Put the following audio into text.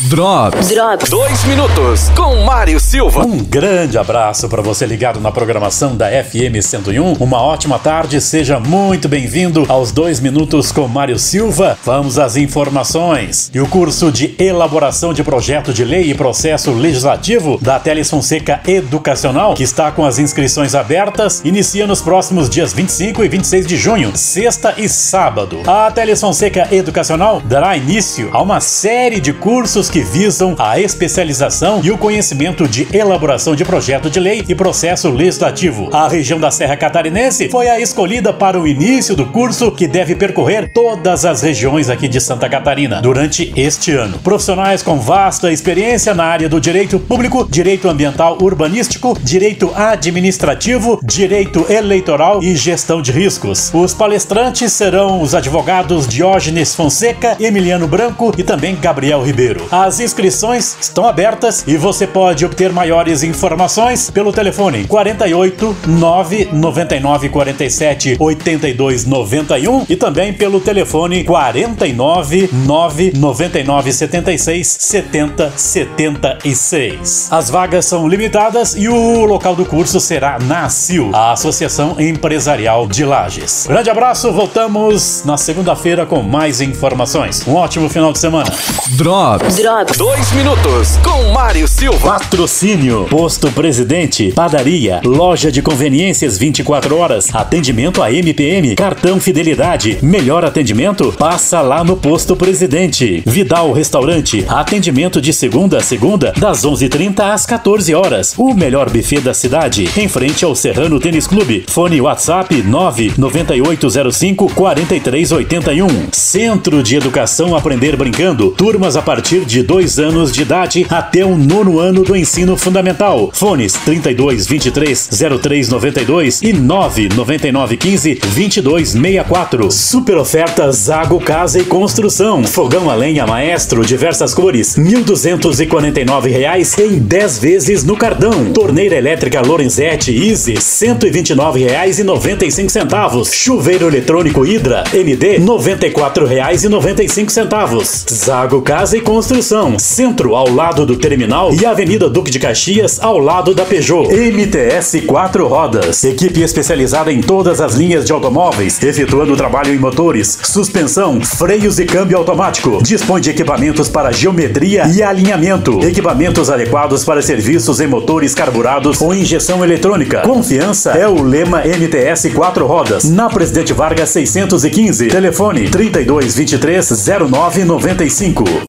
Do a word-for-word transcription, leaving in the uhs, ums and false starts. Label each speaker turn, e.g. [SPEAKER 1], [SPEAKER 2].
[SPEAKER 1] Drops.
[SPEAKER 2] Drops.
[SPEAKER 3] Dois minutos com Mário Silva.
[SPEAKER 4] Um grande abraço para você ligado na programação da F M cento e um. Uma ótima tarde, seja muito bem-vindo aos Dois Minutos com Mário Silva. Vamos às informações. E o curso de elaboração de projeto de lei e processo legislativo da Teles Fonseca Educacional, que está com as inscrições abertas, inicia nos próximos dias vinte e cinco e vinte e seis de junho, sexta e sábado. A Teles Fonseca Educacional dará início a uma série de cursos que visam a especialização e o conhecimento de elaboração de projeto de lei e processo legislativo. A região da Serra Catarinense foi a escolhida para o início do curso, que deve percorrer todas as regiões aqui de Santa Catarina durante este ano. Profissionais com vasta experiência na área do direito público, direito ambiental urbanístico, direito administrativo, direito eleitoral e gestão de riscos. Os palestrantes serão os advogados Diógenes Fonseca, Emiliano Branco e também Gabriel Ribeiro. As inscrições estão abertas e você pode obter maiores informações pelo telefone quarenta e oito, nove nove nove quatro sete, oito dois nove um e também pelo telefone quarenta e nove, nove nove nove sete seis, sete zero sete seis. As vagas são limitadas e o local do curso será na A C I L, a Associação Empresarial de Lages. Grande abraço, voltamos na segunda-feira com mais informações. Um ótimo final de semana.
[SPEAKER 1] Drops.
[SPEAKER 2] Drops.
[SPEAKER 3] Dois minutos com Mário Silva.
[SPEAKER 4] Patrocínio: Posto Presidente, padaria, loja de conveniências vinte e quatro horas, atendimento a M P M, cartão fidelidade. Melhor atendimento? Passa lá no Posto Presidente. Vidal Restaurante, atendimento de segunda a segunda, das onze e trinta às quatorze horas. O melhor buffet da cidade, em frente ao Serrano Tênis Clube. Fone WhatsApp nove nove oito zero cinco, quatro três oito um. Centro de Educação Aprender Brincando, turmas a partir de dois anos de idade até o nono ano do ensino fundamental. Fones trinta e dois, vinte e três, zero três noventa e dois e nove nove nove quinze, vinte e dois sessenta e quatro. Super oferta Zago Casa e Construção. Fogão a lenha Maestro, diversas cores, mil duzentos e quarenta e nove reais em dez vezes no cartão. Torneira elétrica Lorenzetti Easy, cento e vinte e nove reais e noventa e cinco centavos. Chuveiro eletrônico Hidra M D, noventa e quatro reais e noventa e cinco centavos. Zago Casa e Construção, centro ao lado do terminal e Avenida Duque de Caxias ao lado da Peugeot. M T S quatro rodas, equipe especializada em todas as linhas de automóveis, efetuando trabalho em motores, suspensão, freios e câmbio automático. Dispõe de equipamentos para geometria e alinhamento, equipamentos adequados para serviços em motores carburados ou injeção eletrônica. Confiança é o lema M T S quatro rodas, na Presidente Vargas seiscentos e quinze. Telefone trinta e dois, vinte e três, zero nove noventa e cinco.